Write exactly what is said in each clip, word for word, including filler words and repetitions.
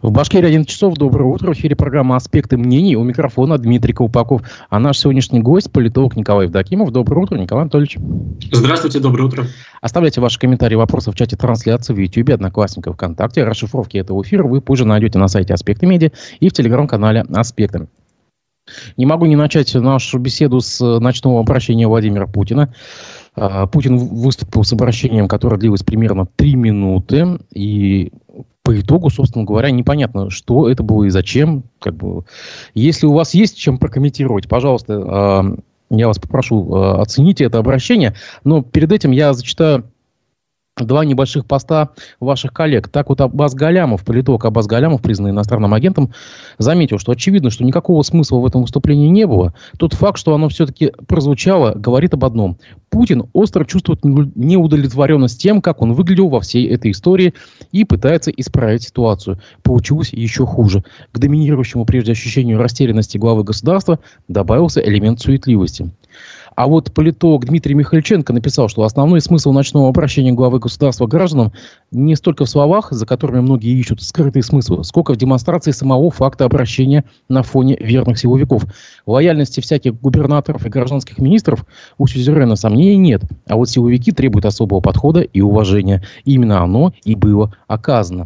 В Башкирии одиннадцать часов. Доброе утро. В эфире программа «Аспекты мнений». У микрофона Дмитрий Колпаков. А наш сегодняшний гость – политолог Николай Евдокимов. Доброе утро, Николай Анатольевич. Здравствуйте, доброе утро. Оставляйте ваши комментарии и вопросы в чате трансляции в YouTube, Одноклассниках, ВКонтакте. Расшифровки этого эфира вы позже найдете на сайте «Аспекты Медиа» и в телеграм-канале «Аспекты». Не могу не начать нашу беседу с ночного обращения Владимира Путина. Путин выступил с обращением, которое длилось примерно три минуты. И по итогу, собственно говоря, непонятно, что это было и зачем. Как бы, если у вас есть чем прокомментировать, пожалуйста, я вас попрошу, оцените это обращение. Но перед этим я зачитаю два небольших поста ваших коллег. Так вот, Аббас Галямов, политолог Аббас Галямов, признанный иностранным агентом, заметил, что очевидно, что никакого смысла в этом выступлении не было. Тот факт, что оно все-таки прозвучало, говорит об одном. Путин остро чувствует неудовлетворенность тем, как он выглядел во всей этой истории, и пытается исправить ситуацию. Получилось еще хуже. К доминирующему прежде ощущению растерянности главы государства добавился элемент суетливости. А вот политолог Дмитрий Михальченко написал, что основной смысл ночного обращения главы государства к гражданам не столько в словах, за которыми многие ищут скрытые смыслы, сколько в демонстрации самого факта обращения на фоне верных силовиков. Лояльности всяких губернаторов и гражданских министров у сюзерена сомнений нет, а вот силовики требуют особого подхода и уважения. И именно оно и было оказано.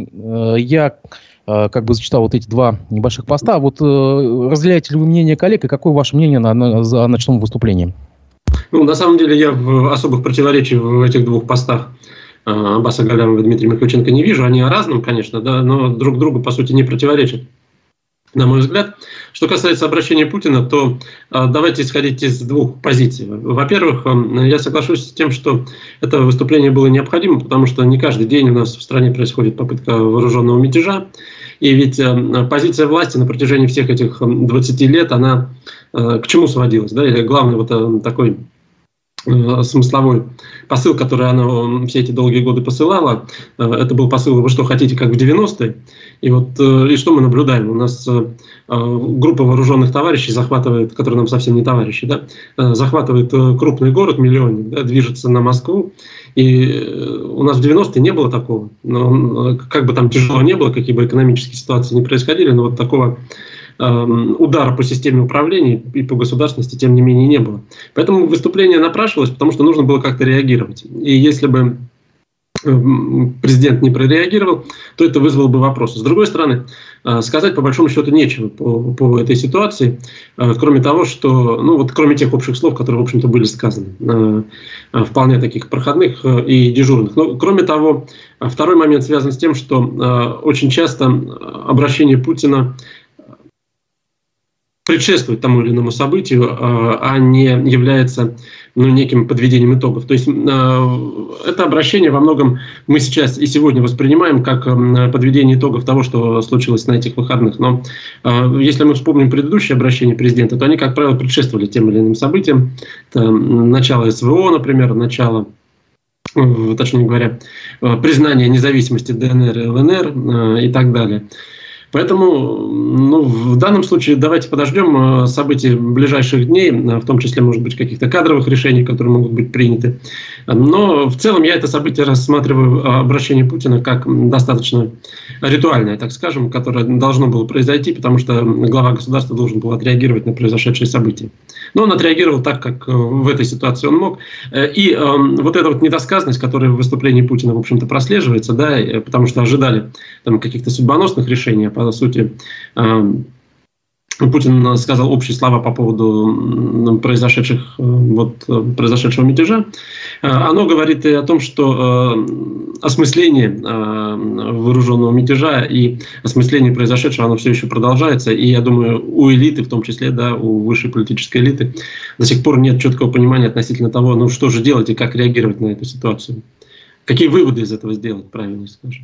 Я как бы зачитал вот эти два небольших поста. Вот э, разделяете ли вы мнение коллег, и какое ваше мнение на, на, на ночном выступлении? Ну, на самом деле, я в особых противоречий в этих двух постах э, Аббаса Галямова и Дмитрия Михальченко не вижу. Они о разном, конечно, да, но друг другу, по сути, не противоречат, на мой взгляд. Что касается обращения Путина, то э, давайте исходить из двух позиций. Во-первых, э, я соглашусь с тем, что это выступление было необходимо, потому что не каждый день у нас в стране происходит попытка вооруженного мятежа. И ведь э, позиция власти на протяжении всех этих двадцати лет, она э, к чему сводилась? Да? Или главный вот э, такой э, смысловой посыл, который она все эти долгие годы посылала, э, это был посыл: вы что, хотите, как в девяностые? И вот э, и что мы наблюдаем? У нас э, группа вооруженных товарищей захватывает, которые нам совсем не товарищи, да, э, захватывает э, крупный город, миллионник, да, движется на Москву. И у нас в девяностые не было такого. Но, как бы там тяжело не было, какие бы экономические ситуации ни происходили, но вот такого э, удара по системе управления и по государственности, тем не менее, не было. Поэтому выступление напрашивалось, потому что нужно было как-то реагировать. И если бы президент не прореагировал, то это вызвало бы вопросы. С другой стороны, сказать по большому счету нечего по, по этой ситуации, кроме того, что, ну вот кроме тех общих слов, которые, в общем-то, были сказаны, вполне таких проходных и дежурных. Но кроме того, второй момент связан с тем, что очень часто обращение Путина предшествует тому или иному событию, а не является, ну, неким подведением итогов. То есть это обращение во многом мы сейчас и сегодня воспринимаем как подведение итогов того, что случилось на этих выходных. Но если мы вспомним предыдущие обращения президента, то они, как правило, предшествовали тем или иным событиям. Это начало СВО, например, начало, точнее говоря, признание независимости ДНР и ЛНР и так далее. Поэтому, ну, в данном случае давайте подождем событий ближайших дней, в том числе, может быть, каких-то кадровых решений, которые могут быть приняты. Но в целом я это событие рассматриваю, обращение Путина, как достаточно ритуальное, так скажем, которое должно было произойти, потому что глава государства должен был отреагировать на произошедшие события. Но он отреагировал так, как в этой ситуации он мог. И э, вот эта вот недосказанность, которая в выступлении Путина, в общем-то, прослеживается, да, потому что ожидали там каких-то судьбоносных решений, по сути, э, Путин сказал общие слова по поводу произошедших, вот, произошедшего мятежа. Оно говорит и о том, что э, осмысление э, вооруженного мятежа и осмысление произошедшего, оно все еще продолжается. И я думаю, у элиты, в том числе, да, у высшей политической элиты, до сих пор нет четкого понимания относительно того, ну что же делать и как реагировать на эту ситуацию. Какие выводы из этого сделать, правильно скажем.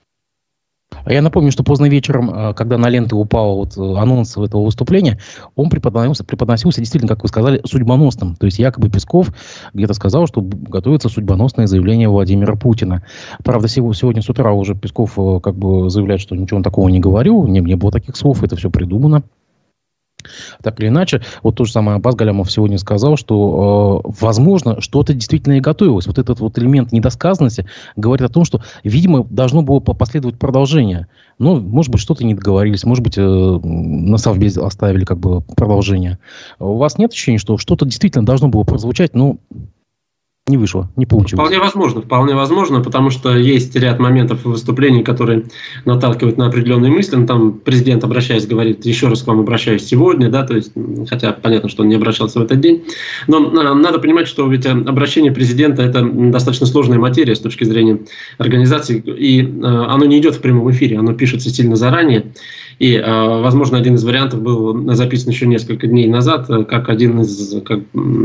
Я напомню, что поздно вечером, когда на ленты упал вот анонс этого выступления, он преподносился, преподносился действительно, как вы сказали, судьбоносным. То есть якобы Песков где-то сказал, что готовится судьбоносное заявление Владимира Путина. Правда, сегодня с утра уже Песков как бы заявляет, что ничего он такого не говорил, не, не было таких слов, это все придумано. Так или иначе, вот то же самое Аббас Галямов сегодня сказал, что, э, возможно, что-то действительно и готовилось. Вот этот вот элемент недосказанности говорит о том, что, видимо, должно было последовать продолжение. Ну, может быть, что-то не договорились, может быть, э, на совбезе оставили как бы продолжение. У вас нет ощущения, что что-то действительно должно было прозвучать, но не вышло, не получилось? Вполне возможно, вполне возможно, потому что есть ряд моментов выступлений, которые наталкивают на определенные мысли. Ну, там президент, обращаясь, говорит: еще раз к вам обращаюсь сегодня, да, то есть, хотя понятно, что он не обращался в этот день. Но э, надо понимать, что ведь обращение президента – это достаточно сложная материя с точки зрения организации, и э, оно не идет в прямом эфире, оно пишется сильно заранее. И, э, возможно, один из вариантов был записан еще несколько дней назад, как один из... Как,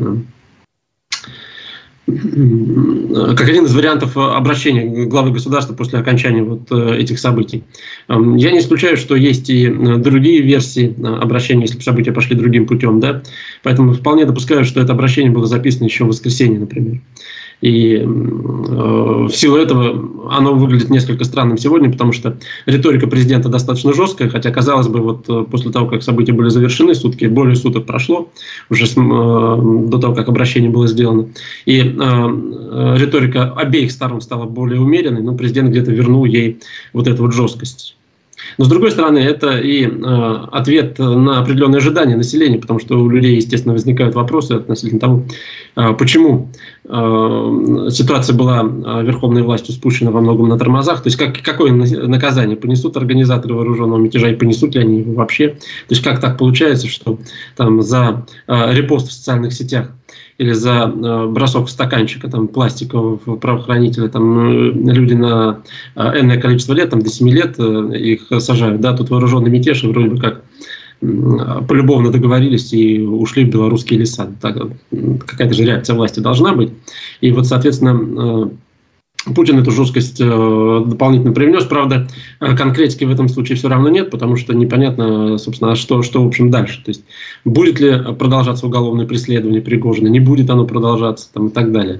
как один из вариантов обращения главы государства после окончания вот этих событий. Я не исключаю, что есть и другие версии обращения, если бы события пошли другим путем, да? Поэтому вполне допускаю, что это обращение было записано еще в воскресенье, например. И э, в силу этого оно выглядит несколько странным сегодня, потому что риторика президента достаточно жесткая, хотя, казалось бы, вот после того, как события были завершены, сутки, более суток прошло, уже с, э, до того, как обращение было сделано, и э, риторика обеих сторон стала более умеренной, но президент где-то вернул ей вот эту вот жесткость. Но, с другой стороны, это и э, ответ на определенные ожидания населения, потому что у людей, естественно, возникают вопросы относительно того, э, почему э, ситуация была э, верховной властью спущена во многом на тормозах, то есть как, какое наказание понесут организаторы вооруженного мятежа и понесут ли они его вообще. То есть как так получается, что там за э, репост в социальных сетях или за э, бросок стаканчика там, пластикового правоохранителя, там, люди на э, энное количество лет, там, до семи лет э, их сажают. Да, тут вооруженный мятеж, и вроде бы как э, полюбовно договорились и ушли в белорусские леса. Так, какая-то же реакция власти должна быть. И вот, соответственно, э, Путин эту жесткость э, дополнительно привнес. Правда, конкретики в этом случае все равно нет, потому что непонятно, собственно, что, что в общем, дальше. То есть, будет ли продолжаться уголовное преследование Пригожина, не будет оно продолжаться там, и так далее.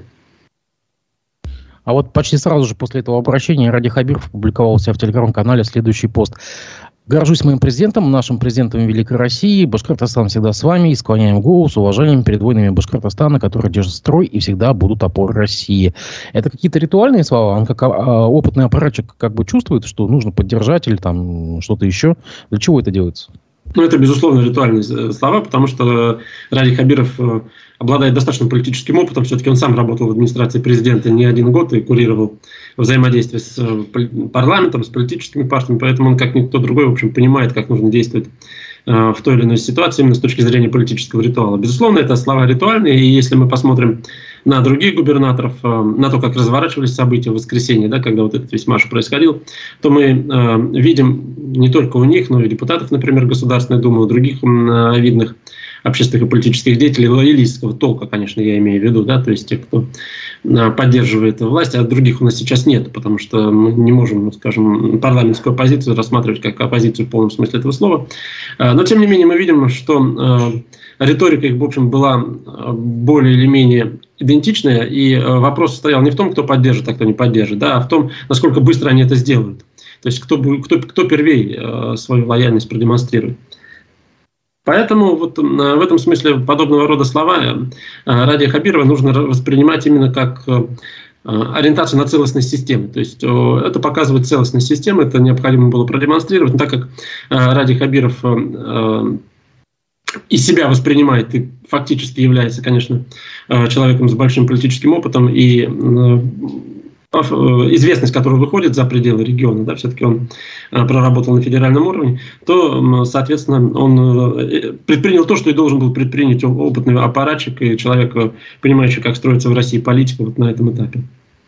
А вот почти сразу же после этого обращения Ради Хабиров опубликовал у себя в телеграм-канале следующий пост. «Горжусь моим президентом, нашим президентом Великой России. Башкортостан всегда с вами. И склоняем голову с уважением перед воинами Башкортостана, которые держат строй и всегда будут опорой России». Это какие-то ритуальные слова? Он как а, опытный аппаратчик как бы чувствует, что нужно поддержать или там что-то еще? Для чего это делается? Ну, это, безусловно, ритуальные слова, потому что Ради Хабиров обладает достаточным политическим опытом. Все-таки он сам работал в администрации президента не один год и курировал взаимодействие с парламентом, с политическими партиями. Поэтому он, как никто другой, в общем, понимает, как нужно действовать в той или иной ситуации именно с точки зрения политического ритуала. Безусловно, это слова ритуальные. И если мы посмотрим на других губернаторов, на то, как разворачивались события в воскресенье, да, когда вот этот весь марш происходил, то мы э, видим не только у них, но и депутатов, например, Государственной Думы, у других э, видных общественных и политических деятелей лоялистского толка, конечно, я имею в виду, да, то есть те, кто э, поддерживает власть, а других у нас сейчас нет, потому что мы не можем, ну, скажем, парламентскую оппозицию рассматривать как оппозицию в полном смысле этого слова. Э, но, тем не менее, мы видим, что э, риторика их, в общем, была более или менее идентичная, и вопрос стоял не в том, кто поддержит, а кто не поддержит, да, а в том, насколько быстро они это сделают. То есть, кто, кто, кто первей э, свою лояльность продемонстрирует. Поэтому вот, э, в этом смысле подобного рода слова э, Ради Хабирова нужно воспринимать именно как э, ориентацию на целостность системы. То есть, э, это показывает целостность системы, это необходимо было продемонстрировать, но так как э, Ради Хабиров э, и себя воспринимает и фактически является, конечно, человеком с большим политическим опытом и известность, которая выходит за пределы региона, да, все-таки он проработал на федеральном уровне, то, соответственно, он предпринял то, что и должен был предпринять опытный аппаратчик и человек, понимающий, как строится в России политика вот на этом этапе.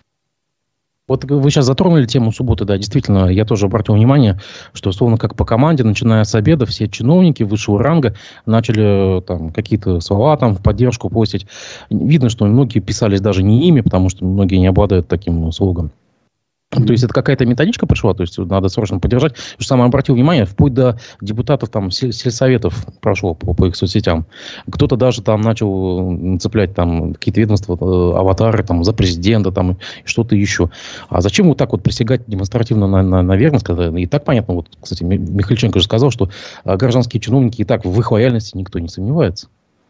Вот вы сейчас затронули тему субботы, да, действительно, я тоже обратил внимание, что, условно, как по команде, начиная с обеда, все чиновники высшего ранга начали там какие-то слова там в поддержку постить. Видно, что многие писались даже не ими, потому что многие не обладают таким слогом. То есть это какая-то методичка пришла, то есть надо срочно поддержать. Что самое обратил внимание, вплоть до депутатов там сельсоветов прошло по, по их соцсетям. Кто-то даже там начал цеплять там какие-то ведомства, аватары там за президента там и что-то еще. А зачем вот так вот присягать демонстративно на, на, на верность, когда и так понятно, вот, кстати, Михальченко же сказал, что гражданские чиновники и так в их лояльности никто не сомневается.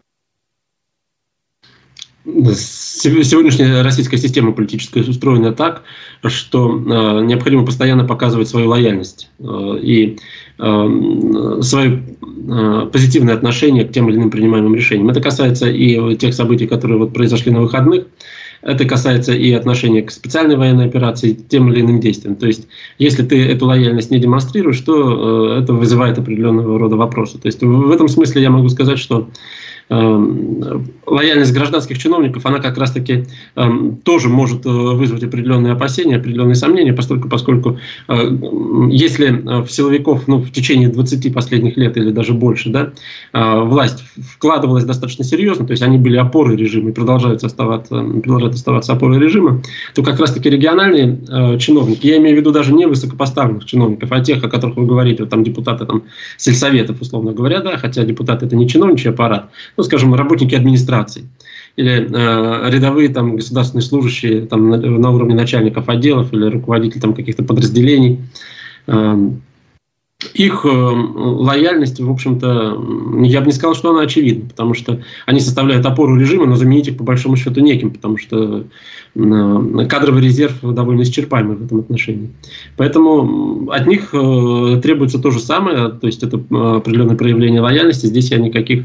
Сегодняшняя российская система политическая устроена так, что э, необходимо постоянно показывать свою лояльность э, и э, свое э, позитивное отношение к тем или иным принимаемым решениям. Это касается и тех событий, которые вот произошли на выходных. Это касается и отношения к специальной военной операции, к тем или иным действиям. То есть, если ты эту лояльность не демонстрируешь, то э, это вызывает определенного рода вопросы. То есть, в этом смысле я могу сказать, что лояльность гражданских чиновников, она как раз-таки э, тоже может вызвать определенные опасения, определенные сомнения, поскольку, поскольку э, если в силовиков ну, в течение двадцати последних лет или даже больше да, э, власть вкладывалась достаточно серьезно, то есть они были опорой режима и продолжают оставаться, продолжают оставаться опорой режима, то как раз-таки региональные э, чиновники, я имею в виду даже не высокопоставленных чиновников, а тех, о которых вы говорите, вот, там депутаты там, сельсоветов, условно говоря, да, хотя депутаты это не чиновничий аппарат, ну, скажем, работники администрации или э, рядовые там, государственные служащие там, на, на уровне начальников отделов или руководителей там, каких-то подразделений. Э, их э, лояльность, в общем-то, я бы не сказал, что она очевидна, потому что они составляют опору режима, но заменить их по большому счету неким, потому что э, кадровый резерв довольно исчерпаемый в этом отношении. Поэтому от них э, требуется то же самое, то есть это определенное проявление лояльности. Здесь я никаких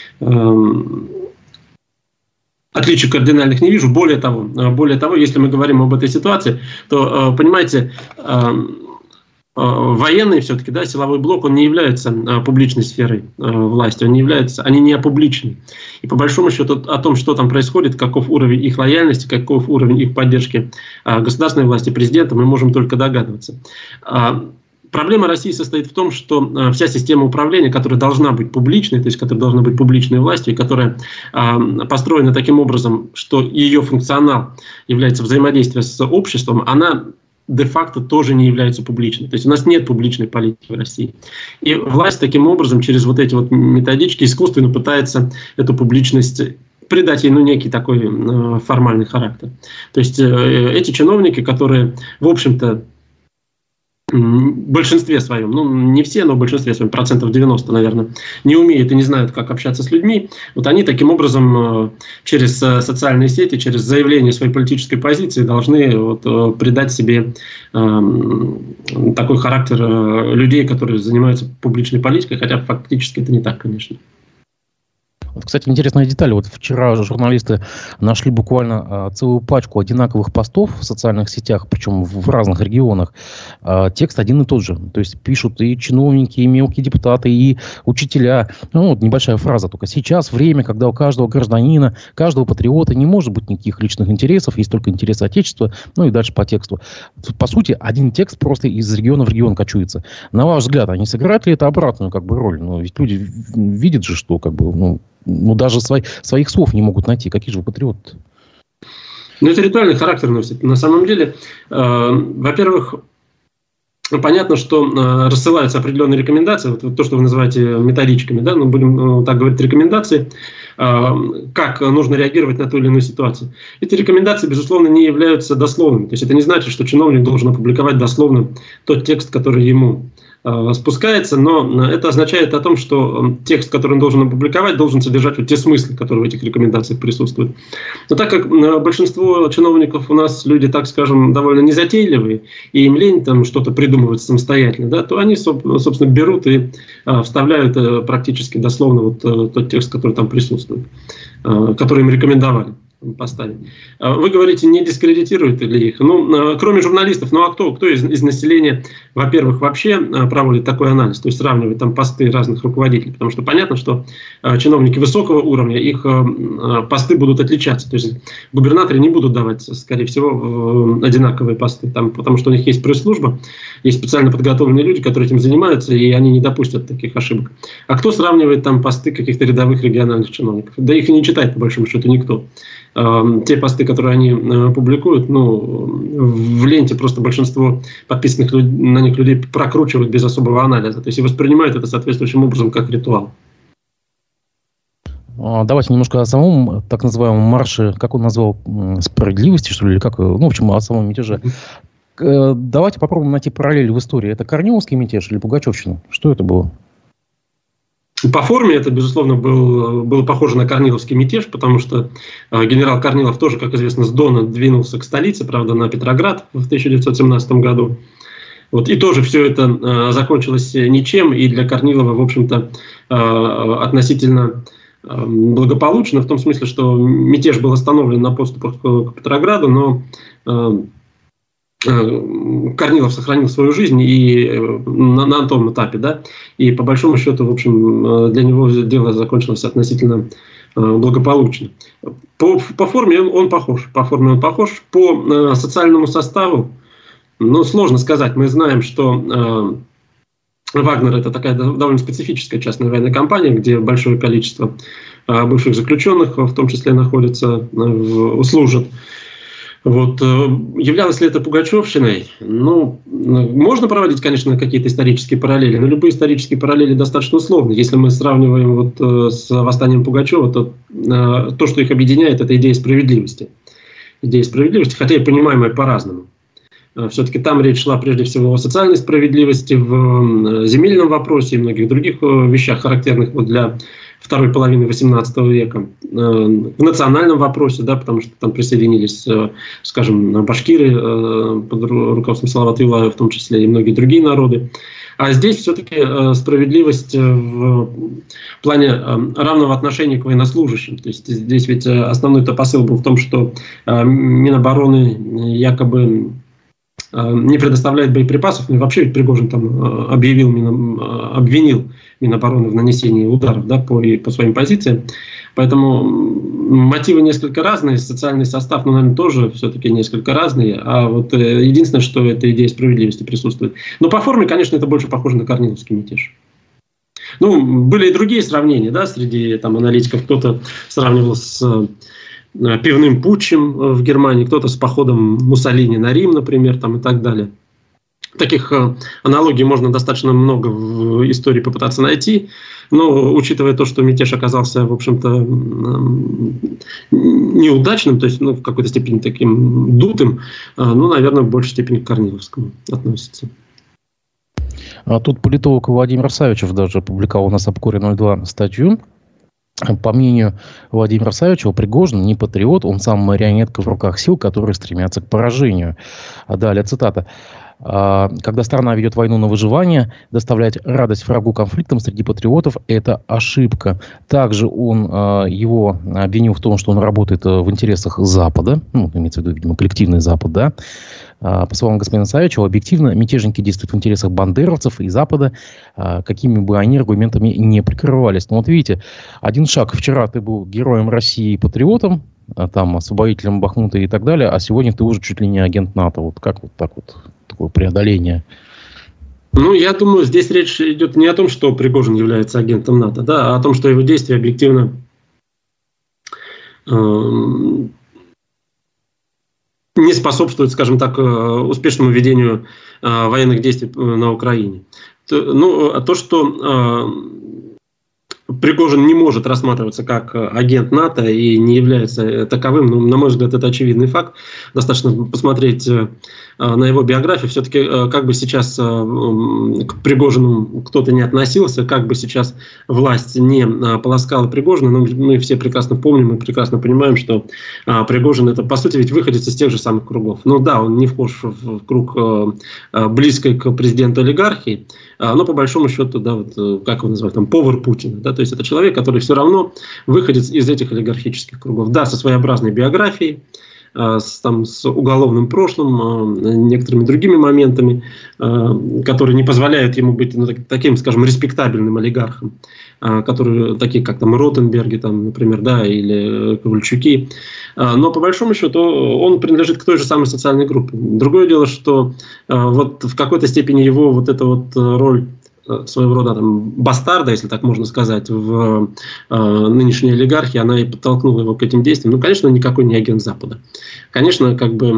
отличий кардинальных не вижу. Более того, более того, если мы говорим об этой ситуации, то, понимаете, военный все-таки, да, силовой блок, он не является публичной сферой власти, он не является, они не опубличены. И по большому счету о том, что там происходит, каков уровень их лояльности, каков уровень их поддержки государственной власти, президента, мы можем только догадываться. Проблема России состоит в том, что э, вся система управления, которая должна быть публичной, то есть которая должна быть публичной властью, и которая э, построена таким образом, что ее функционал является взаимодействием с обществом, она де-факто тоже не является публичной. То есть у нас нет публичной политики в России. И власть таким образом через вот эти вот методички искусственно пытается эту публичность придать ей ну, некий такой э, формальный характер. То есть э, эти чиновники, которые, в общем-то, в большинстве своем, ну не все, но в большинстве своем, процентов девяносто, наверное, не умеют и не знают, как общаться с людьми. Вот они таким образом через социальные сети, через заявление своей политической позиции должны вот, придать себе э, такой характер людей, которые занимаются публичной политикой, хотя фактически это не так, конечно. Вот, кстати, интересная деталь. Вот вчера журналисты нашли буквально а, целую пачку одинаковых постов в социальных сетях, причем в, в разных регионах. А, текст один и тот же. То есть пишут и чиновники, и мелкие депутаты, и учителя. Ну, вот небольшая фраза. Только сейчас время, когда у каждого гражданина, каждого патриота не может быть никаких личных интересов, есть только интересы Отечества. Ну и дальше по тексту. По сути, один текст просто из региона в регион кочуется. На ваш взгляд, они сыграют ли это обратную как бы, роль? Ну, ведь люди видят же, что как бы, ну, Ну, даже свои, своих слов не могут найти. Какие же вы патриоты? Ну, это ритуальный характер носит. На самом деле, э, во-первых, понятно, что э, рассылаются определенные рекомендации, вот, вот то, что вы называете методичками, да, ну, будем э, так говорить, рекомендации, э, как нужно реагировать на ту или иную ситуацию. Эти рекомендации, безусловно, не являются дословными. То есть это не значит, что чиновник должен опубликовать дословно тот текст, который ему спускается, но это означает о том, что текст, который он должен опубликовать, должен содержать вот те смыслы, которые в этих рекомендациях присутствуют. Но так как большинство чиновников у нас люди, так скажем, довольно незатейливые, и им лень там что-то придумывать самостоятельно, да, то они, собственно, берут и вставляют практически дословно вот тот текст, который там присутствует, который им рекомендовали поставить. Вы говорите, не дискредитируют ли их? Ну, кроме журналистов, ну а кто? Кто из, из населения во-первых, вообще проводит такой анализ, то есть сравнивает там посты разных руководителей, потому что понятно, что чиновники высокого уровня, их посты будут отличаться, то есть губернаторы не будут давать, скорее всего, одинаковые посты, там, потому что у них есть пресс-служба, есть специально подготовленные люди, которые этим занимаются, и они не допустят таких ошибок. А кто сравнивает там посты каких-то рядовых региональных чиновников? Да их и не читает, по большому счету, никто. Те посты, которые они публикуют, ну, в ленте просто большинство подписанных на них людей прокручивают без особого анализа. То есть и воспринимают это соответствующим образом как ритуал. Давайте немножко о самом так называемом марше, как он назвал, справедливости, что ли, или как, ну, в общем, о самом мятеже. Давайте попробуем найти параллель в истории. Это Корниловский мятеж или Пугачевщина? Что это было? По форме это, безусловно, был, было похоже на Корниловский мятеж, потому что э, генерал Корнилов тоже, как известно, с Дона двинулся к столице, правда, на Петроград в тысяча девятьсот семнадцатом году. Вот, и тоже все это э, закончилось ничем, и для Корнилова, в общем-то, э, относительно э, благополучно, в том смысле, что мятеж был остановлен на подступах к, к Петрограду, но э, Корнилов сохранил свою жизнь и на, на том этапе, да, и по большому счету, в общем, для него дело закончилось относительно благополучно. По, по форме он, он похож, по форме он похож, по социальному составу, ну, сложно сказать. Мы знаем, что э, Вагнер — это такая довольно специфическая частная военная компания, где большое количество э, бывших заключенных, в том числе, находится, э, служат. Вот. Являлось ли это Пугачевщиной? Ну, можно проводить, конечно, какие-то исторические параллели, но любые исторические параллели достаточно условны. Если мы сравниваем вот с восстанием Пугачева, то то, что их объединяет, это идея справедливости. Идея справедливости, хотя и понимаемая по-разному. Все-таки там речь шла прежде всего о социальной справедливости, в земельном вопросе и многих других вещах, характерных вот для второй половины восемнадцатого века, в национальном вопросе, да, потому что там присоединились, скажем, башкиры под руководством Салавата Юлаева, в том числе и многие другие народы. А здесь все-таки справедливость в плане равного отношения к военнослужащим. То есть здесь ведь основной-то посыл был в том, что Минобороны якобы не предоставляет боеприпасов, ну и вообще Пригожин там объявил, Мина, обвинил Минобороны в нанесении ударов, да, по, по своим позициям. Поэтому мотивы несколько разные, социальный состав, ну, наверное, тоже все-таки несколько разные. А вот единственное, что эта идея справедливости присутствует. Но по форме, конечно, это больше похоже на Корниловский мятеж. Ну, были и другие сравнения, да, среди там аналитиков. Кто-то сравнивал с пивным путчем в Германии, кто-то с походом Муссолини на Рим, например, там, и так далее. Таких э, аналогий можно достаточно много в истории попытаться найти, но учитывая то, что мятеж оказался, в общем-то, э, неудачным, то есть, ну, в какой-то степени таким дутым, э, ну, наверное, в большей степени к Корниловскому относится. А тут политолог Владимир Савичев даже опубликовал на Сапкоре ноль два статью. По мнению Владимира Савичева, Пригожин не патриот, он сам марионетка в руках сил, которые стремятся к поражению. А далее цитата. Когда страна ведет войну на выживание, доставлять радость врагу конфликтам среди патриотов – это ошибка. Также он его обвинил в том, что он работает в интересах Запада, ну, имеется в виду, видимо, коллективный Запад, да. По словам господина Савичева, объективно мятежники действуют в интересах бандеровцев и Запада, какими бы они аргументами не прикрывались. Но вот видите, один шаг. Вчера ты был героем России и патриотом, там, освободителем Бахмута и так далее, а сегодня ты уже чуть ли не агент НАТО. Вот как вот так вот такое преодоление? Ну, я думаю, здесь речь идет не о том, что Пригожин является агентом НАТО, да, а о том, что его действия объективно э- не способствуют, скажем так, успешному ведению э, военных действий на Украине. То, ну, а то, что э, Пригожин не может рассматриваться как агент НАТО и не является таковым, ну, на мой взгляд, это очевидный факт. Достаточно посмотреть э, на его биографию. Все-таки, э, как бы сейчас э, к Пригожину кто-то не относился, как бы сейчас власть не э, полоскала Пригожина, но мы все прекрасно помним и прекрасно понимаем, что э, Пригожин — это, по сути, ведь выходец из тех же самых кругов. Ну да, он не вхож в круг э, близкой к президенту олигархии, э, но по большому счету, да, вот, как его называют, там, повар Путина, да, то есть это человек, который все равно выходит из этих олигархических кругов. Да, со своеобразной биографией, с, там, с уголовным прошлым, некоторыми другими моментами, которые не позволяют ему быть ну, таким, скажем, респектабельным олигархом, которые такие, как там Ротенберги, там, например, да, или Ковальчуки. Но по большому счету он принадлежит к той же самой социальной группе. Другое дело, что вот в какой-то степени его вот эта вот роль своего рода там, бастарда, если так можно сказать, в э, нынешней олигархии, она и подтолкнула его к этим действиям. Ну, конечно, никакой не агент Запада. Конечно, как бы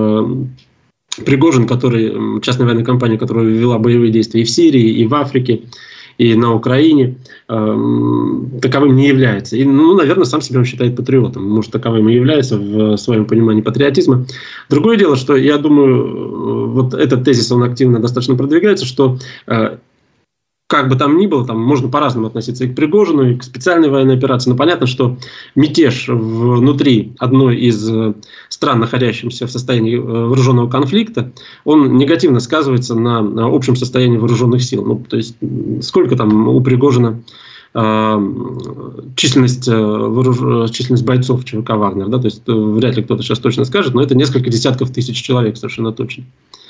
э, Пригожин, который, частная военная компания, которая вела боевые действия и в Сирии, и в Африке, и на Украине, э, таковым не является. И, ну, наверное, сам себя он считает патриотом. Может, таковым и является в своем понимании патриотизма. Другое дело, что, я думаю, вот этот тезис, он активно достаточно продвигается, что э, как бы там ни было, там можно по-разному относиться и к Пригожину, и к специальной военной операции. Но понятно, что мятеж внутри одной из стран, находящихся в состоянии вооруженного конфликта, он негативно сказывается на, на общем состоянии вооруженных сил. Ну, то есть, сколько там у Пригожина э, численность, э, вооруж... численность бойцов ЧВК «Вагнер», да? То есть, вряд ли кто-то сейчас точно скажет, но это несколько десятков тысяч человек, совершенно точно.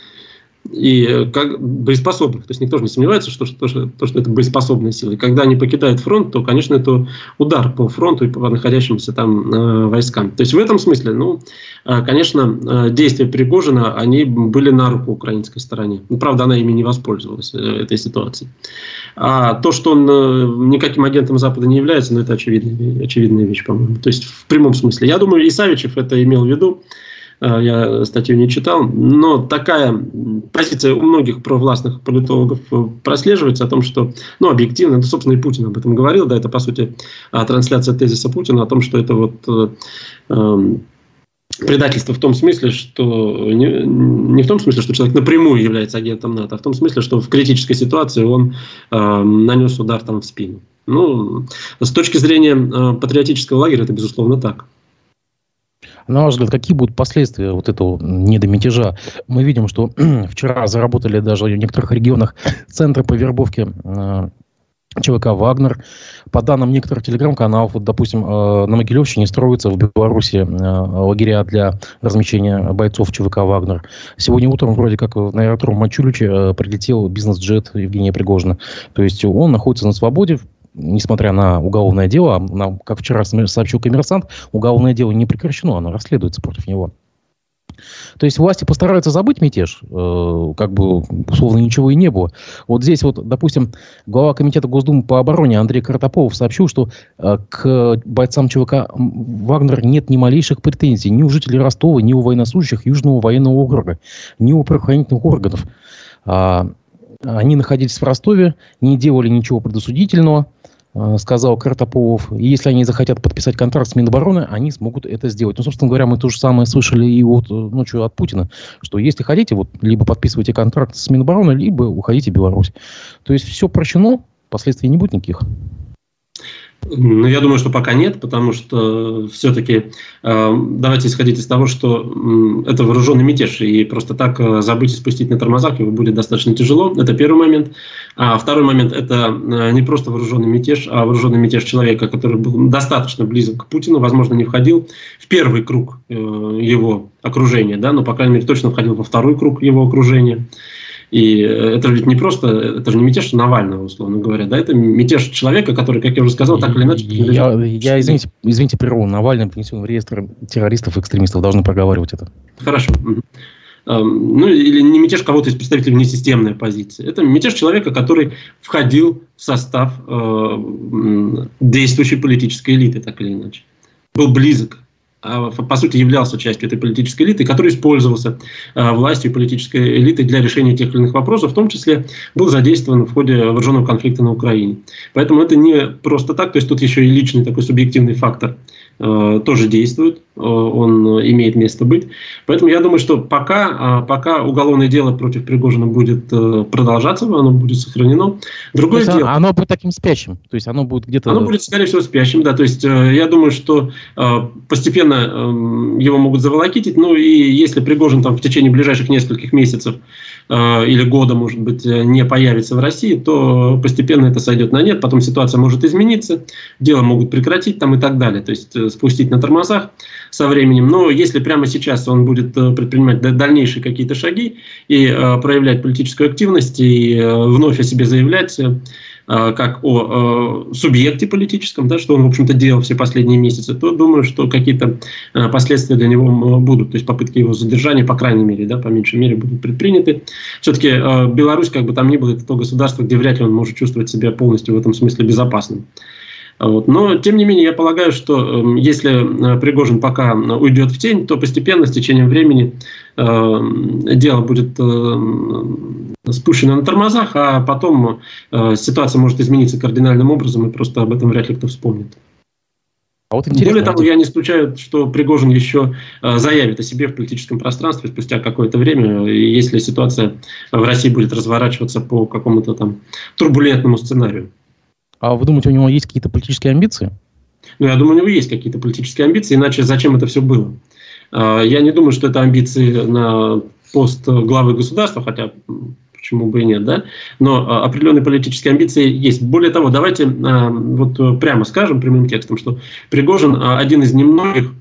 И как боеспособных. То есть никто же не сомневается, что, что, что, что это боеспособные силы. И когда они покидают фронт, то, конечно, это удар по фронту и по находящимся там э, войскам. То есть в этом смысле, ну, э, конечно, действия Пригожина, они были на руку украинской стороне. Ну, правда, она ими не воспользовалась, э, этой ситуацией. А то, что он э, никаким агентом Запада не является, ну, это очевидная, очевидная вещь, по-моему. То есть в прямом смысле. Я думаю, и Савичев это имел в виду. Я статью не читал, но такая позиция у многих провластных политологов прослеживается о том, что, ну, объективно, это, собственно, и Путин об этом говорил, да, это, по сути, трансляция тезиса Путина о том, что это вот э, предательство в том смысле, что не, не в том смысле, что человек напрямую является агентом НАТО, а в том смысле, что в критической ситуации он э, нанес удар там в спину. Ну, с точки зрения э, патриотического лагеря, это, безусловно, так. На ваш взгляд, какие будут последствия вот этого недомятежа? Мы видим, что вчера заработали даже в некоторых регионах центры по вербовке э, ЧВК «Вагнер». По данным некоторых телеграм-каналов, вот, допустим, э, на Могилевщине строятся в Беларуси э, лагеря для размещения бойцов ЧВК «Вагнер». Сегодня утром вроде как на аэродром Мачуличи э, прилетел бизнес-джет Евгения Пригожина. То есть он находится на свободе, несмотря на уголовное дело, на, как вчера сообщил «Коммерсант», уголовное дело не прекращено, оно расследуется против него. То есть власти постараются забыть мятеж, э, как бы условно ничего и не было. Вот здесь вот, допустим, глава комитета Госдумы по обороне Андрей Картополов сообщил, что э, к бойцам ЧВК «Вагнер» нет ни малейших претензий ни у жителей Ростова, ни у военнослужащих Южного военного округа, ни у правоохранительных органов. А, они находились в Ростове, не делали ничего предосудительного, сказал Картополов. И если они захотят подписать контракт с Минобороны, они смогут это сделать. Ну, собственно говоря, мы то же самое слышали и от, ночью от Путина, что если хотите, вот, либо подписывайте контракт с Минобороны, либо уходите в Беларусь. То есть все прощено, последствий не будет никаких. Ну, я думаю, что пока нет, потому что все-таки э, давайте исходить из того, что э, это вооруженный мятеж, и просто так э, забыть и спустить на тормозах его будет достаточно тяжело. Это первый момент. А второй момент – это э, не просто вооруженный мятеж, а вооруженный мятеж человека, который был достаточно близок к Путину, возможно, не входил в первый круг э, его окружения, да, но, по крайней мере, точно входил во второй круг его окружения. И это ведь не просто, это же не мятеж Навального, условно говоря, да, это мятеж человека, который, как я уже сказал, так или иначе... Я, я извините, извините, прерву, Навальный принесен в реестр террористов и экстремистов, должны проговаривать это. Хорошо. Ну, или не мятеж кого-то из представителей несистемной оппозиции. Это мятеж человека, который входил в состав э, действующей политической элиты, так или иначе. Был близок. По сути, являлся частью этой политической элиты, который использовался э, властью политической элиты для решения тех или иных вопросов, в том числе был задействован в ходе вооруженного конфликта на Украине. Поэтому это не просто так, то есть тут еще и личный такой субъективный фактор э, тоже действует, э, он имеет место быть. Поэтому я думаю, что пока, э, пока уголовное дело против Пригожина будет э, продолжаться, оно будет сохранено. Другое то есть дело, оно будет таким спящим, то есть оно будет где-то... Оно будет, скорее всего, спящим, да, то есть э, я думаю, что э, постепенно его могут заволокитить, ну и если Пригожин там в течение ближайших нескольких месяцев э, или года, может быть, не появится в России, то постепенно это сойдет на нет, потом ситуация может измениться, дело могут прекратить там и так далее, то есть спустить на тормозах. со временем. Но если прямо сейчас он будет предпринимать дальнейшие какие-то шаги и проявлять политическую активность, и вновь о себе заявлять, как о э, субъекте политическом, да, что он, в общем-то, делал все последние месяцы, то думаю, что какие-то э, последствия для него будут. То есть попытки его задержания, по крайней мере, да, по меньшей мере, будут предприняты. Все-таки э, Беларусь, как бы там ни было, это то государство, где вряд ли он может чувствовать себя полностью в этом смысле безопасным. Вот. Но, тем не менее, я полагаю, что э, если э, Пригожин пока уйдет в тень, то постепенно, с течением времени, э, дело будет э, спущено на тормозах, а потом э, ситуация может измениться кардинальным образом, и просто об этом вряд ли кто вспомнит. А вот более того, я не исключаю, что Пригожин еще э, заявит о себе в политическом пространстве спустя какое-то время, если ситуация в России будет разворачиваться по какому-то там турбулентному сценарию. А вы думаете, у него есть какие-то политические амбиции? Ну, я думаю, у него есть какие-то политические амбиции, иначе зачем это все было? Я не думаю, что это амбиции на пост главы государства, хотя почему бы и нет, да? Но определенные политические амбиции есть. Более того, давайте вот прямо скажем прямым текстом, что Пригожин один из немногих,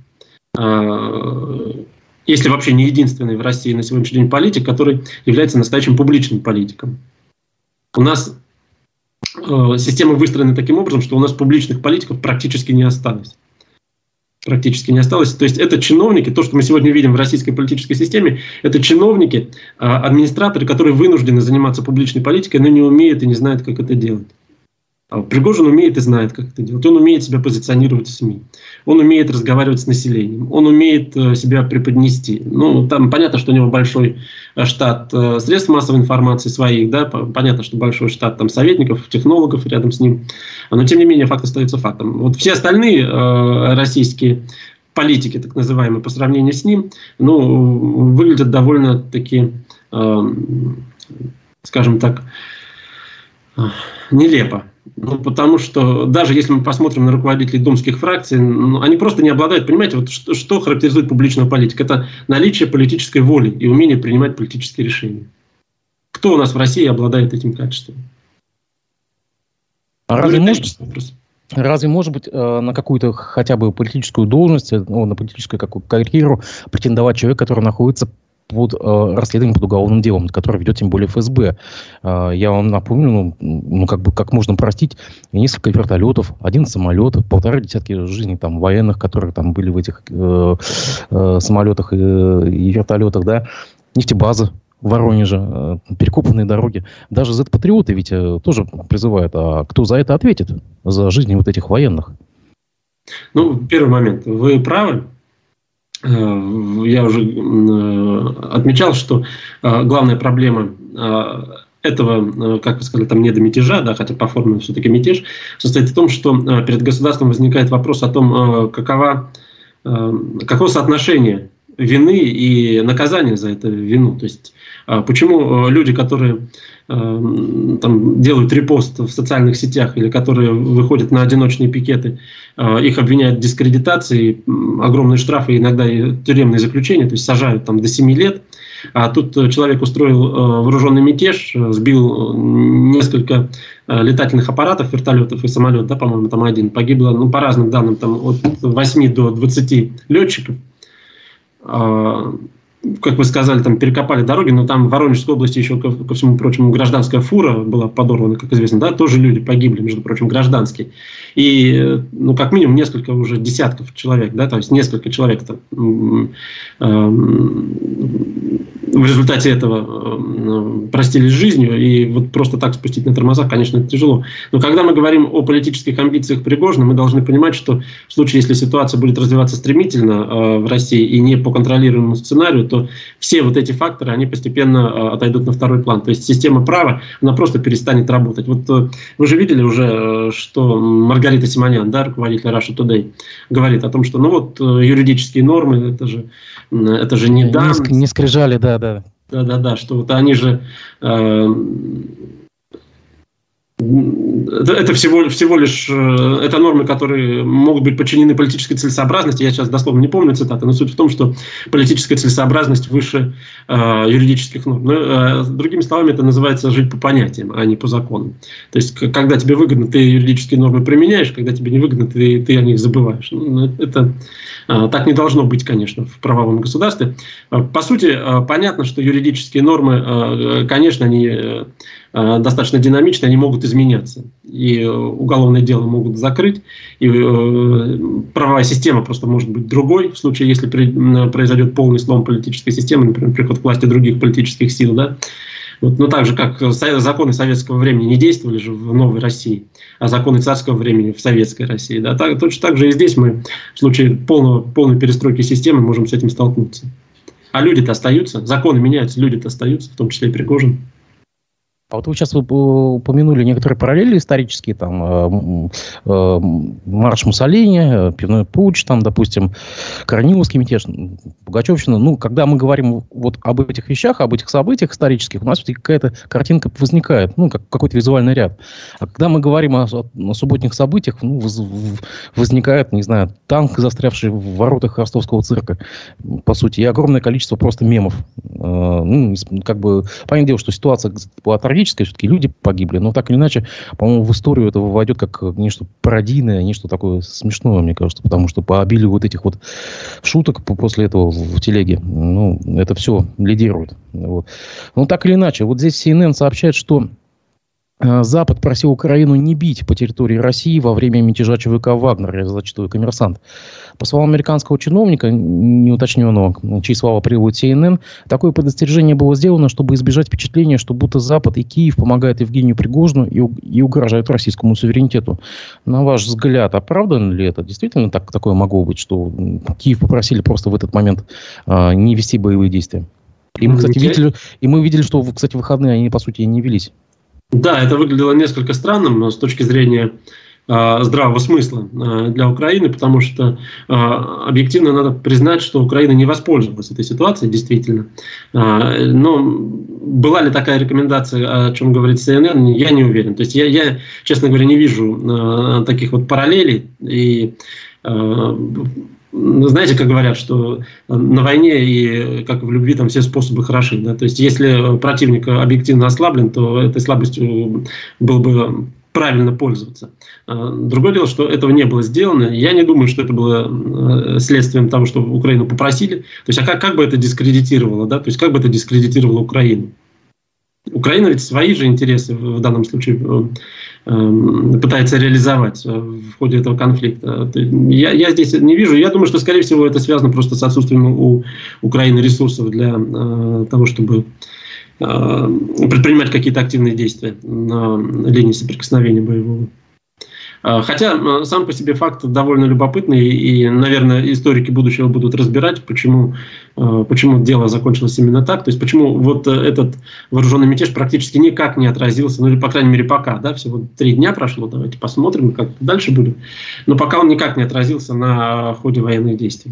если вообще не единственный в России на сегодняшний день политик, который является настоящим публичным политиком. У нас система выстроена таким образом, что у нас публичных политиков практически не осталось. Практически не осталось. То есть это чиновники, то, что мы сегодня видим в российской политической системе, это чиновники, администраторы, которые вынуждены заниматься публичной политикой, но не умеют и не знают, как это делать. Пригожин умеет и знает, как это делать. Он умеет себя позиционировать в СМИ. Он умеет разговаривать с населением. Он умеет себя преподнести. Ну, там понятно, что у него большой штат средств массовой информации своих, да, понятно, что большой штат там советников, технологов рядом с ним. Но, тем не менее, факт остается фактом. Вот все остальные э, российские политики, так называемые, по сравнению с ним, ну, выглядят довольно-таки, э, скажем так, э, нелепо. Ну, потому что даже если мы посмотрим на руководителей думских фракций, ну, они просто не обладают, понимаете, вот что, что характеризует публичную политику? Это наличие политической воли и умение принимать политические решения. Кто у нас в России обладает этим качеством? А разве, может, разве может быть на какую-то хотя бы политическую должность, ну, на политическую какую карьеру претендовать человек, который находится под э, расследованием, под уголовным делом, который ведет тем более эф эс бэ. Э, я вам напомню, ну, ну как бы, как можно простить, несколько вертолетов, один самолет, полторы десятки жизней там военных, которые там были в этих э, э, самолетах и, и вертолетах, да, нефтебазы в Воронеже, э, перекопанные дороги. Даже зет-патриоты ведь э, тоже призывают, а кто за это ответит, за жизни вот этих военных? Ну, первый момент, вы правы. Я уже отмечал, что главная проблема этого, как вы сказали, там недомятежа, да, хотя по форме все-таки мятеж, состоит в том, что перед государством возникает вопрос о том, какова, каково соотношение вины и наказания за эту вину. То есть почему люди, которые там делают репост в социальных сетях или которые выходят на одиночные пикеты, их обвиняют в дискредитации, огромные штрафы, иногда и тюремные заключения, то есть сажают там до семи лет. А тут человек устроил вооруженный мятеж, сбил несколько летательных аппаратов, вертолетов и самолет, да, по-моему, там один. Погибло, ну, по разным данным, там от восьми до двадцати летчиков. Как вы сказали, там перекопали дороги, но там в Воронежской области еще, ко, ко всему прочему, гражданская фура была подорвана, как известно, да, тоже люди погибли, между прочим, гражданские. И, ну, как минимум, несколько уже десятков человек, да, то есть несколько человек там, э, э, в результате этого э, простились с жизнью, и вот просто так спустить на тормозах, конечно, это тяжело. Но когда мы говорим о политических амбициях Пригожина, мы должны понимать, что в случае, если ситуация будет развиваться стремительно э, в России и не по контролируемому сценарию, то все вот эти факторы, они постепенно э, отойдут на второй план. То есть система права, она просто перестанет работать. Вот э, вы же видели уже, э, что Маргарита Симонян, да, руководитель Russia Today, говорит о том, что ну вот э, юридические нормы, это же, э, это же не данность. Не скрижали, да, да. Да, да, да, что вот они же... Э, это всего, всего лишь это нормы, которые могут быть подчинены политической целесообразности. Я сейчас дословно не помню цитаты, но суть в том, что политическая целесообразность выше э, юридических норм. Но, э, другими словами, это называется жить по понятиям, а не по законам. То есть, когда тебе выгодно, ты юридические нормы применяешь, когда тебе не выгодно, ты, ты о них забываешь. Ну, это э, так не должно быть, конечно, в правовом государстве. Э, по сути, э, понятно, что юридические нормы, э, конечно, они э, достаточно динамичны, они могут изменяться. И уголовное дело могут закрыть, и э, правовая система просто может быть другой, в случае, если при, произойдет полный слом политической системы, например, приход к власти других политических сил. Да? Вот, но так же, как законы советского времени не действовали же в новой России, а законы царского времени в советской России. Да? Так, точно так же и здесь мы в случае полного, полной перестройки системы можем с этим столкнуться. А люди-то остаются, законы меняются, люди-то остаются, в том числе и Пригожин. А вот вы сейчас упомянули некоторые параллели исторические, там, э, э, марш Муссолини, пивной путч, там, допустим, Корниловский мятеж, Пугачевщина. Ну, когда мы говорим вот об этих вещах, об этих событиях исторических, у нас какая-то картинка возникает, ну, как какой-то визуальный ряд. А когда мы говорим о, о субботних событиях, ну, воз, возникает, не знаю, танк, застрявший в воротах Ростовского цирка, по сути, и огромное количество просто мемов. Э, ну, как бы, понятное дело, что ситуация была все-таки люди погибли, но так или иначе, по-моему, в историю это войдет как нечто пародийное, нечто такое смешное, мне кажется, потому что по обилию вот этих вот шуток после этого в телеге, ну, это все лидирует. Вот. Но так или иначе, вот здесь си эн эн сообщает, что Запад просил Украину не бить по территории России во время мятежа ЧВК «Вагнер», я зачитываю «Коммерсант». По словам американского чиновника, неуточненного, чьи слова приводит си эн эн, такое предостережение было сделано, чтобы избежать впечатления, что будто Запад и Киев помогают Евгению Пригожину и, и угрожают российскому суверенитету. На ваш взгляд, оправдано ли это? Действительно так, такое могло быть, что Киев попросили просто в этот момент а, не вести боевые действия? И мы, кстати, видели, и мы видели, что, кстати, в выходные они, по сути, и не велись. Да, это выглядело несколько странным, но с точки зрения э, здравого смысла э, для Украины, потому что э, объективно надо признать, что Украина не воспользовалась этой ситуацией, действительно. Э, но была ли такая рекомендация, о чем говорит си эн эн, я не уверен. То есть я, я честно говоря, не вижу э, таких вот параллелей. И э, знаете, как говорят, что на войне и как в любви там все способы хороши. Да? То есть если противник объективно ослаблен, то этой слабостью было бы правильно пользоваться. Другое дело, что этого не было сделано. Я не думаю, что это было следствием того, что Украину попросили. То есть, а как, как бы это дискредитировало? Да? То есть, как бы это дискредитировало Украину? Украина ведь свои же интересы в данном случае пытается реализовать в ходе этого конфликта. Я, я здесь не вижу. Я думаю, что, скорее всего, это связано просто с отсутствием у Украины ресурсов для э, того, чтобы э, предпринимать какие-то активные действия на линии соприкосновения боевого. Хотя сам по себе факт довольно любопытный, и, наверное, историки будущего будут разбирать, почему, почему дело закончилось именно так, то есть почему вот этот вооруженный мятеж практически никак не отразился, ну или, по крайней мере, пока, да, всего три дня прошло, давайте посмотрим, как дальше будет, но пока он никак не отразился на ходе военных действий.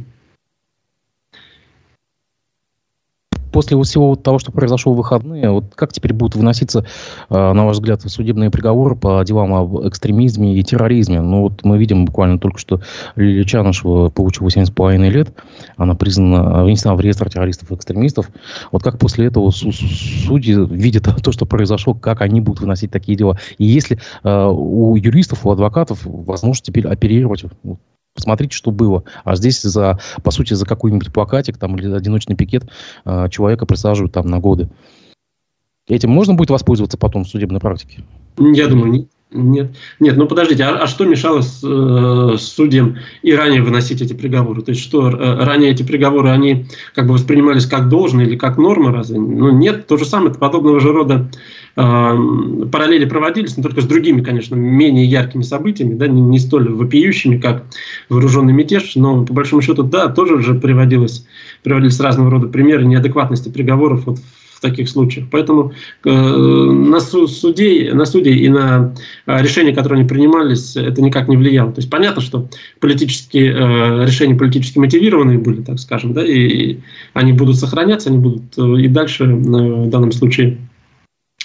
После всего того, что произошло в выходные, вот как теперь будут выноситься, на ваш взгляд, судебные приговоры по делам об экстремизме и терроризме? Ну, вот мы видим буквально только что Лилия Чанышева получила семь с половиной лет. Она признана, внесена в реестр террористов и экстремистов. Вот как после этого судьи видят то, что произошло, как они будут выносить такие дела? И если у юристов, у адвокатов возможность теперь оперировать... Посмотрите, что было. А здесь, за, по сути, за какой-нибудь плакатик там, или одиночный пикет э, человека присаживают там на годы. Этим можно будет воспользоваться потом в судебной практике? Я думаю, нет. Нет, нет, ну подождите, а, а что мешало с, э, судьям и ранее выносить эти приговоры? То есть что, э, ранее эти приговоры, они как бы воспринимались как должное или как норма разве? Ну нет, то же самое, подобного же рода э, параллели проводились, но только с другими, конечно, менее яркими событиями, да, не, не столь вопиющими, как вооруженный мятеж, но по большому счету, да, тоже же приводилось, приводились разного рода примеры неадекватности приговоров вот, в таких случаях. Поэтому э, на, судей, на судей и на э, решения, которые они принимались, это никак не влияло. То есть понятно, что политические э, решения политически мотивированные были, так скажем, да, и они будут сохраняться, они будут э, и дальше э, в данном случае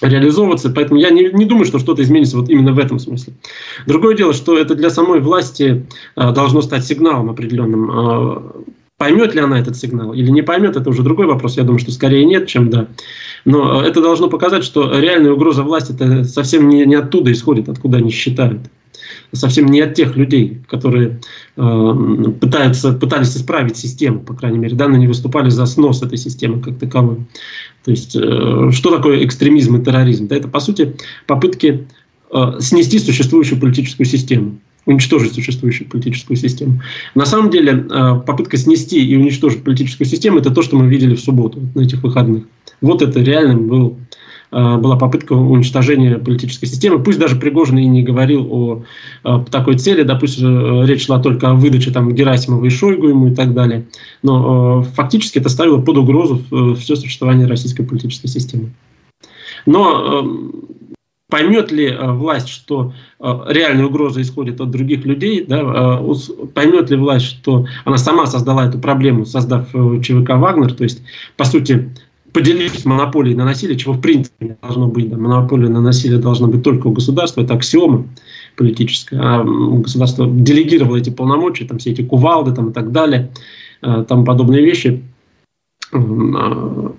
реализовываться, поэтому я не, не думаю, что что-то изменится вот именно в этом смысле. Другое дело, что это для самой власти э, должно стать сигналом определенным. Э, поймет ли она этот сигнал или не поймет, это уже другой вопрос. Я думаю, что скорее нет, чем да. Но это должно показать, что реальная угроза власти это совсем не, не оттуда исходит, откуда они считают. Совсем не от тех людей, которые э, пытаются, пытались исправить систему, по крайней мере, да, но не выступали за снос этой системы как таковой. То есть, э, что такое экстремизм и терроризм? Да, это, по сути, попытки э, снести существующую политическую систему, уничтожить существующую политическую систему. На самом деле, э, попытка снести и уничтожить политическую систему – это то, что мы видели в субботу, вот, на этих выходных. Вот это реально был, э, была попытка уничтожения политической системы. Пусть даже Пригожин и не говорил о, о такой цели, допустим, речь шла только о выдаче там, Герасимова и Шойгу ему и так далее. Но э, фактически это ставило под угрозу э, все существование российской политической системы. Но э, поймет ли э, власть, что э, реальная угроза исходит от других людей, да, э, поймет ли власть, что она сама создала эту проблему, создав э, ЧВК «Вагнер», то есть, по сути, поделившись монополией на насилие, чего в принципе не должно быть. Да, монополия на насилие должна быть только у государства, это аксиома политическая. А государство делегировало эти полномочия, там, все эти кувалды там, и так далее, э, там подобные вещи. По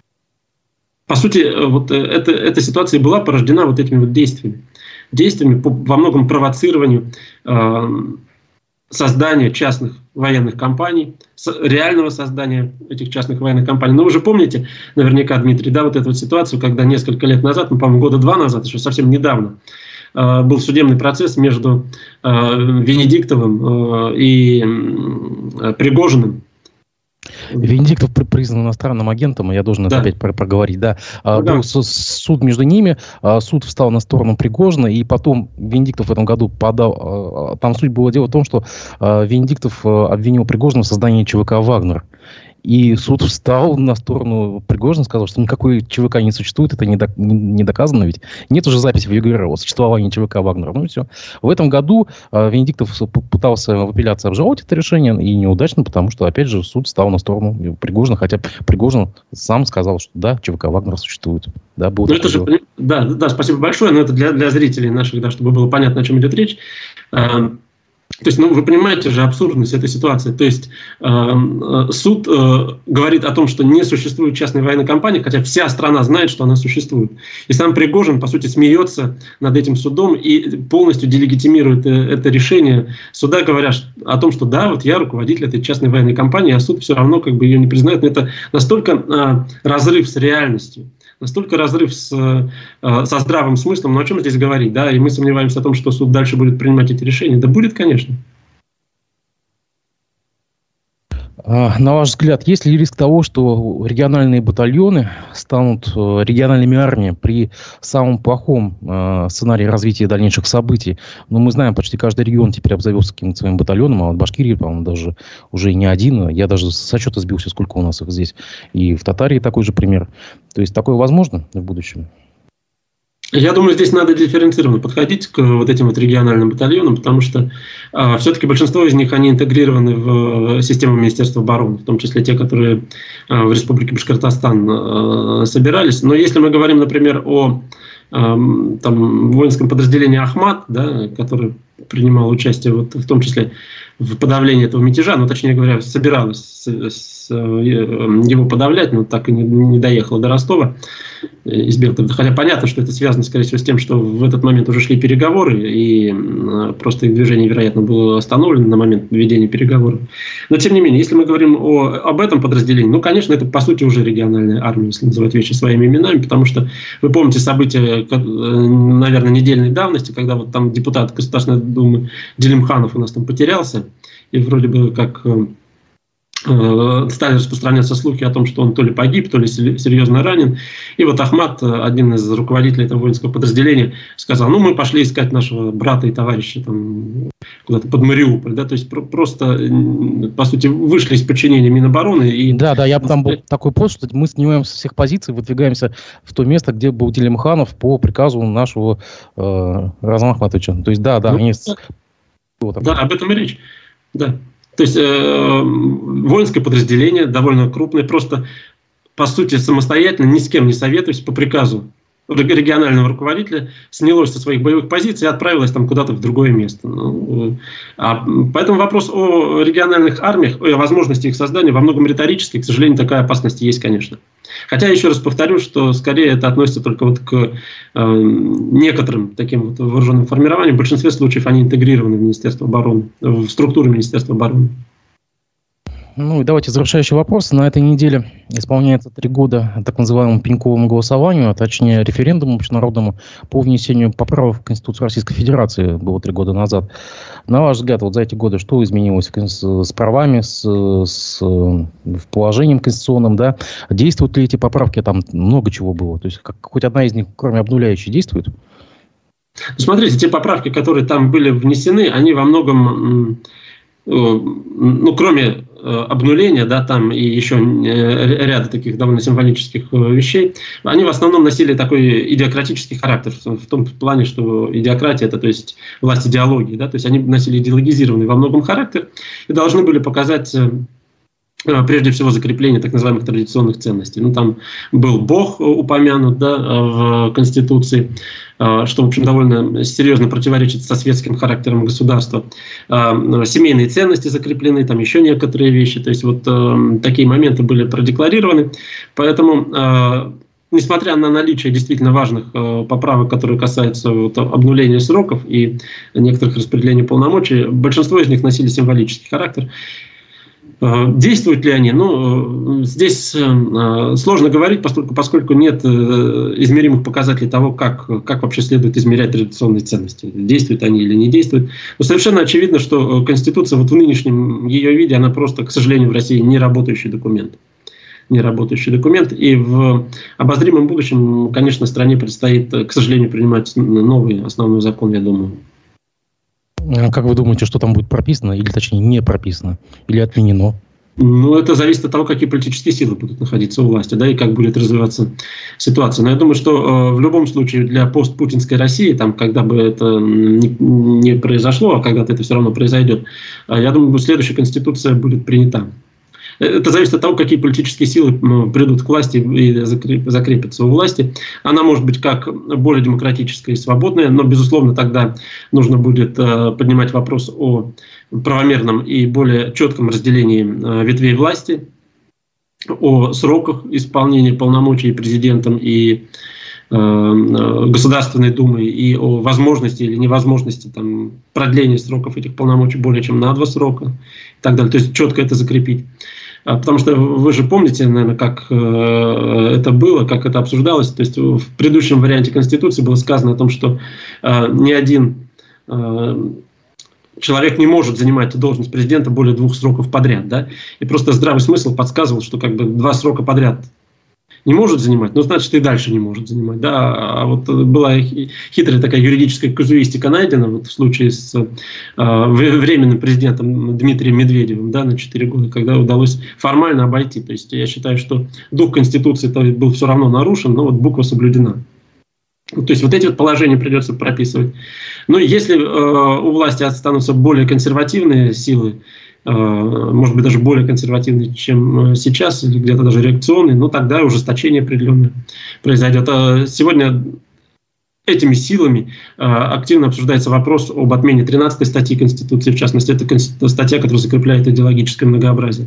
сути, вот эта, эта ситуация была порождена вот этими вот действиями. Действиями по, во многом провоцированию э, создания частных военных компаний, с, реального создания этих частных военных компаний. Но вы же помните, наверняка, Дмитрий, да, вот эту вот ситуацию, когда несколько лет назад, ну, по-моему, года два назад, еще совсем недавно, э, был судебный процесс между э, Венедиктовым э, и э, Пригожиным. Венедиктов признан иностранным агентом, я должен это да. опять проговорить. Да. Ну, да. Был суд между ними, суд встал на сторону Пригожина, и потом Венедиктов в этом году подал... Там суть было дело в том, что Венедиктов обвинил Пригожина в создании ЧВК «Вагнер». И суд встал на сторону Пригожина, сказал, что никакой ЧВК не существует, это не, до, не, не доказано ведь. Нет уже записи в ЕГР о существовании ЧВК «Вагнера». Ну и все. В этом году э, Венедиктов пытался в апелляции обжаловать это решение, и неудачно, потому что, опять же, суд встал на сторону Пригожина, хотя Пригожин сам сказал, что да, ЧВК «Вагнер» существует. Да, было ну, это же, да, да, спасибо большое, но это для, для зрителей наших, да, чтобы было понятно, о чем идет речь. То есть, ну, вы понимаете же абсурдность этой ситуации. То есть, э, суд э, говорит о том, что не существует частной военной компании, хотя вся страна знает, что она существует. И сам Пригожин, по сути, смеется над этим судом и полностью делегитимирует это решение суда, говоря о том, что да, вот я руководитель этой частной военной компании, а суд все равно как бы ее не признает. Но это настолько э, разрыв с реальностью. Настолько разрыв с, э, со здравым смыслом, но о чем здесь говорить, да, и мы сомневаемся о том, что суд дальше будет принимать эти решения. Да будет, конечно. На ваш взгляд, есть ли риск того, что региональные батальоны станут региональными армиями при самом плохом э, сценарии развития дальнейших событий? Но мы знаем, почти каждый регион теперь обзавелся каким-то своим батальоном, а вот Башкирия, по-моему, даже уже не один. Я даже со счета сбился, сколько у нас их здесь. И в Татарии такой же пример. То есть такое возможно в будущем? Я думаю, здесь надо дифференцированно подходить к вот этим вот региональным батальонам, потому что э, все-таки большинство из них, они интегрированы в э, систему Министерства обороны, в том числе те, которые э, в Республике Башкортостан э, собирались. Но если мы говорим, например, о э, там, воинском подразделении «Ахмат», да, который принимал участие вот, в том числе в подавлении этого мятежа, ну, точнее говоря, собиралась с, с, его подавлять, но так и не, не доехала до Ростова из Белгорода. Хотя понятно, что это связано, скорее всего, с тем, что в этот момент уже шли переговоры, и просто их движение, вероятно, было остановлено на момент ведения переговоров. Но, тем не менее, если мы говорим о, об этом подразделении, ну, конечно, это, по сути, уже региональная армия, если называть вещи своими именами, потому что вы помните события, наверное, недельной давности, когда вот там депутат Государственной Думы Делимханов у нас там потерялся, и вроде бы как э, стали распространяться слухи о том, что он то ли погиб, то ли серьезно ранен. И вот Ахмат, один из руководителей этого воинского подразделения, сказал, ну, мы пошли искать нашего брата и товарища там, куда-то под Мариуполь. Да? То есть про- просто, по сути, вышли из подчинения Минобороны. И... Да, да, я там был такой пост, что мы снимаемся со всех позиций, выдвигаемся в то место, где был Делимханов по приказу нашего э, Разама Ахматовича. То есть, да, да, ну, они... Да, да, об этом и речь. Да. То есть э, воинское подразделение довольно крупное, просто по сути самостоятельно, ни с кем не советуясь, по приказу регионального руководителя снялось со своих боевых позиций и отправилось там куда-то в другое место. Ну, а, поэтому вопрос о региональных армиях, о возможности их создания во многом риторический. К сожалению, такая опасность есть, конечно. Хотя, еще раз повторю, что скорее это относится только вот к э, некоторым таким вот вооруженным формированиям. В большинстве случаев они интегрированы в Министерство обороны, в структуру Министерства обороны. Ну и давайте завершающий вопрос. На этой неделе исполняется три года так называемому пеньковому голосованию, а точнее референдуму общенародному по внесению поправок в Конституцию Российской Федерации. Было три года назад. На ваш взгляд, вот за эти годы что изменилось с правами, с, с положением конституционным, да? Действуют ли эти поправки? Там много чего было. То есть как, хоть одна из них, кроме обнуляющей, действует? Смотрите, те поправки, которые там были внесены, они во многом, ну, кроме обнуления, да, там и еще ряда таких довольно символических вещей, они в основном носили такой идеократический характер, в том плане, что идеократия — это, то есть, власть идеологии, да, то есть они носили идеологизированный во многом характер и должны были показать прежде всего закрепление так называемых традиционных ценностей. Ну, там был Бог упомянут, да, в Конституции, что, в общем, довольно серьезно противоречит со светским характером государства. Семейные ценности закреплены, там еще некоторые вещи. То есть вот такие моменты были продекларированы. Поэтому, несмотря на наличие действительно важных поправок, которые касаются вот обнуления сроков и некоторых распределений полномочий, большинство из них носили символический характер. Действуют ли они? Ну, здесь сложно говорить, поскольку, поскольку нет измеримых показателей того, как, как вообще следует измерять традиционные ценности. Действуют они или не действуют. Но совершенно очевидно, что Конституция вот в нынешнем ее виде, она просто, к сожалению, в России не работающий документ. Не работающий документ. И в обозримом будущем, конечно, стране предстоит, к сожалению, принимать новый основной закон, я думаю. Как вы думаете, что там будет прописано, или точнее не прописано, или отменено? Ну, это зависит от того, какие политические силы будут находиться у власти, да, и как будет развиваться ситуация. Но я думаю, что э, в любом случае для постпутинской России, там, когда бы это не, не произошло, а когда-то это все равно произойдет, э, я думаю, следующая конституция будет принята. Это зависит от того, какие политические силы придут к власти и закрепятся у власти. Она может быть как более демократическая и свободная, но, безусловно, тогда нужно будет поднимать вопрос о правомерном и более четком разделении ветвей власти, о сроках исполнения полномочий президентом и Государственной Думой, и о возможности или невозможности там, продления сроков этих полномочий более чем на два срока и так далее. То есть четко это закрепить. Потому что вы же помните, наверное, как э, это было, как это обсуждалось. То есть в предыдущем варианте Конституции было сказано о том, что э, ни один э, человек не может занимать должность президента более двух сроков подряд. Да? И просто здравый смысл подсказывал, что как бы два срока подряд не может занимать, но значит и дальше не может занимать. Да? А вот была хитрая такая юридическая казуистика найдена вот в случае с э, временным президентом Дмитрием Медведевым, да, на четыре года, когда удалось формально обойти. То есть я считаю, что дух Конституции был все равно нарушен, но вот буква соблюдена. То есть вот эти вот положения придется прописывать. Но если э, у власти останутся более консервативные силы, может быть, даже более консервативный, чем сейчас, или где-то даже реакционный, но тогда ужесточение определенное произойдет. Сегодня этими силами активно обсуждается вопрос об отмене тринадцатой статьи Конституции, в частности, это статья, которая закрепляет идеологическое многообразие.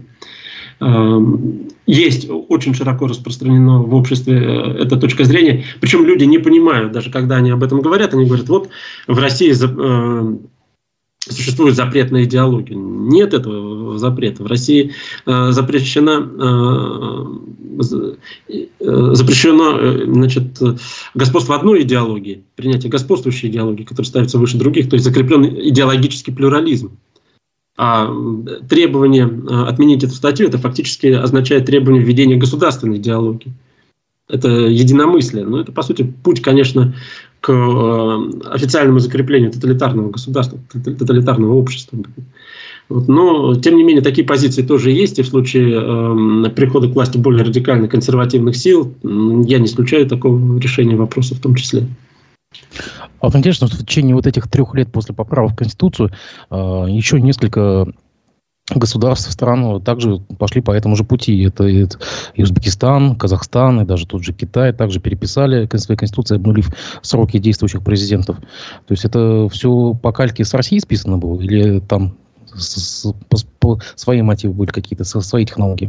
Есть очень широко распространена в обществе эта точка зрения, причем люди не понимают, даже когда они об этом говорят, они говорят, вот в России существует запрет на идеологию. Нет этого запрета. В России э, запрещена, э, запрещено э, значит, господство одной идеологии, принятие господствующей идеологии, которая ставится выше других, то есть закреплен идеологический плюрализм. А требование э, отменить эту статью, это фактически означает требование введения государственной идеологии. Это единомыслие. Но это, по сути, путь, конечно, к официальному закреплению тоталитарного государства, тоталитарного общества. Вот. Но, тем не менее, такие позиции тоже есть. И в случае э, прихода к власти более радикально консервативных сил, я не исключаю такого решения вопроса в том числе. А вот интересно, что в течение вот этих трех лет после поправок в Конституцию э, еще несколько государств, стран также пошли по этому же пути. Это, это и Узбекистан, Казахстан, и даже тот же Китай также переписали свои конституции, обнулив сроки действующих президентов. То есть это все по кальке с России списано было? Или там с, с, по, по, свои мотивы были какие-то, со, свои технологии?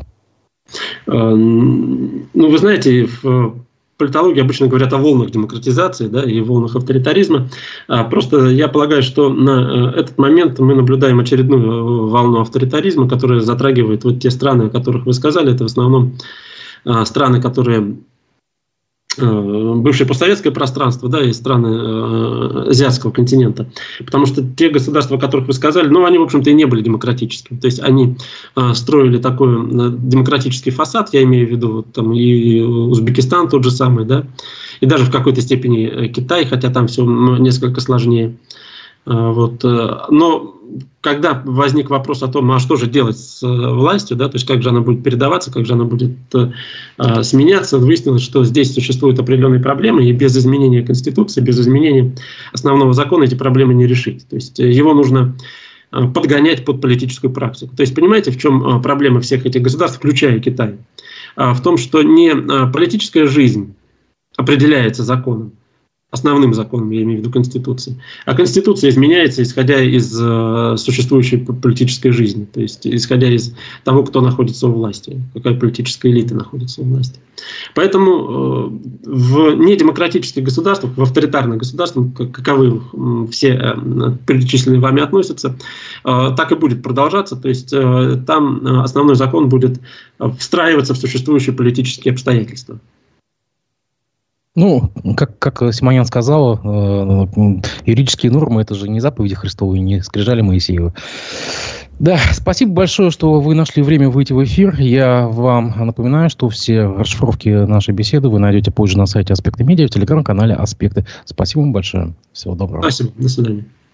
Ну, вы знаете, в политологии обычно говорят о волнах демократизации, да, и волнах авторитаризма. Просто я полагаю, что на этот момент мы наблюдаем очередную волну авторитаризма, которая затрагивает вот те страны, о которых вы сказали. Это в основном страны, которые бывшее постсоветское пространство, да, и страны азиатского континента. Потому что те государства, о которых вы сказали, ну, они, в общем-то, и не были демократическими. То есть они строили такой демократический фасад, я имею в виду вот, там, и Узбекистан тот же самый, да, и даже в какой-то степени Китай, хотя там все несколько сложнее. Вот. Но когда возник вопрос о том, а что же делать с властью, да, то есть как же она будет передаваться, как же она будет э, сменяться, выяснилось, что здесь существуют определенные проблемы, и без изменения Конституции, без изменения основного закона эти проблемы не решить. То есть его нужно подгонять под политическую практику. То есть понимаете, в чем проблема всех этих государств, включая Китай? В том, что не политическая жизнь определяется законом, основным законом, я имею в виду Конституции. А Конституция изменяется, исходя из э, существующей политической жизни, то есть исходя из того, кто находится у власти, какая политическая элита находится у власти. Поэтому э, в недемократических государствах, в авторитарных государствах, каковы э, все э, перечисленные вами относятся, э, так и будет продолжаться. То есть э, там основной закон будет встраиваться в существующие политические обстоятельства. Ну, как, как Симонян сказал, э, юридические нормы – это же не заповеди Христовы, не скрижали Моисеевы. Да, спасибо большое, что вы нашли время выйти в эфир. Я вам напоминаю, что все расшифровки нашей беседы вы найдете позже на сайте «Аспекты медиа», в телеграм-канале «Аспекты». Спасибо вам большое. Всего доброго. Спасибо. До свидания.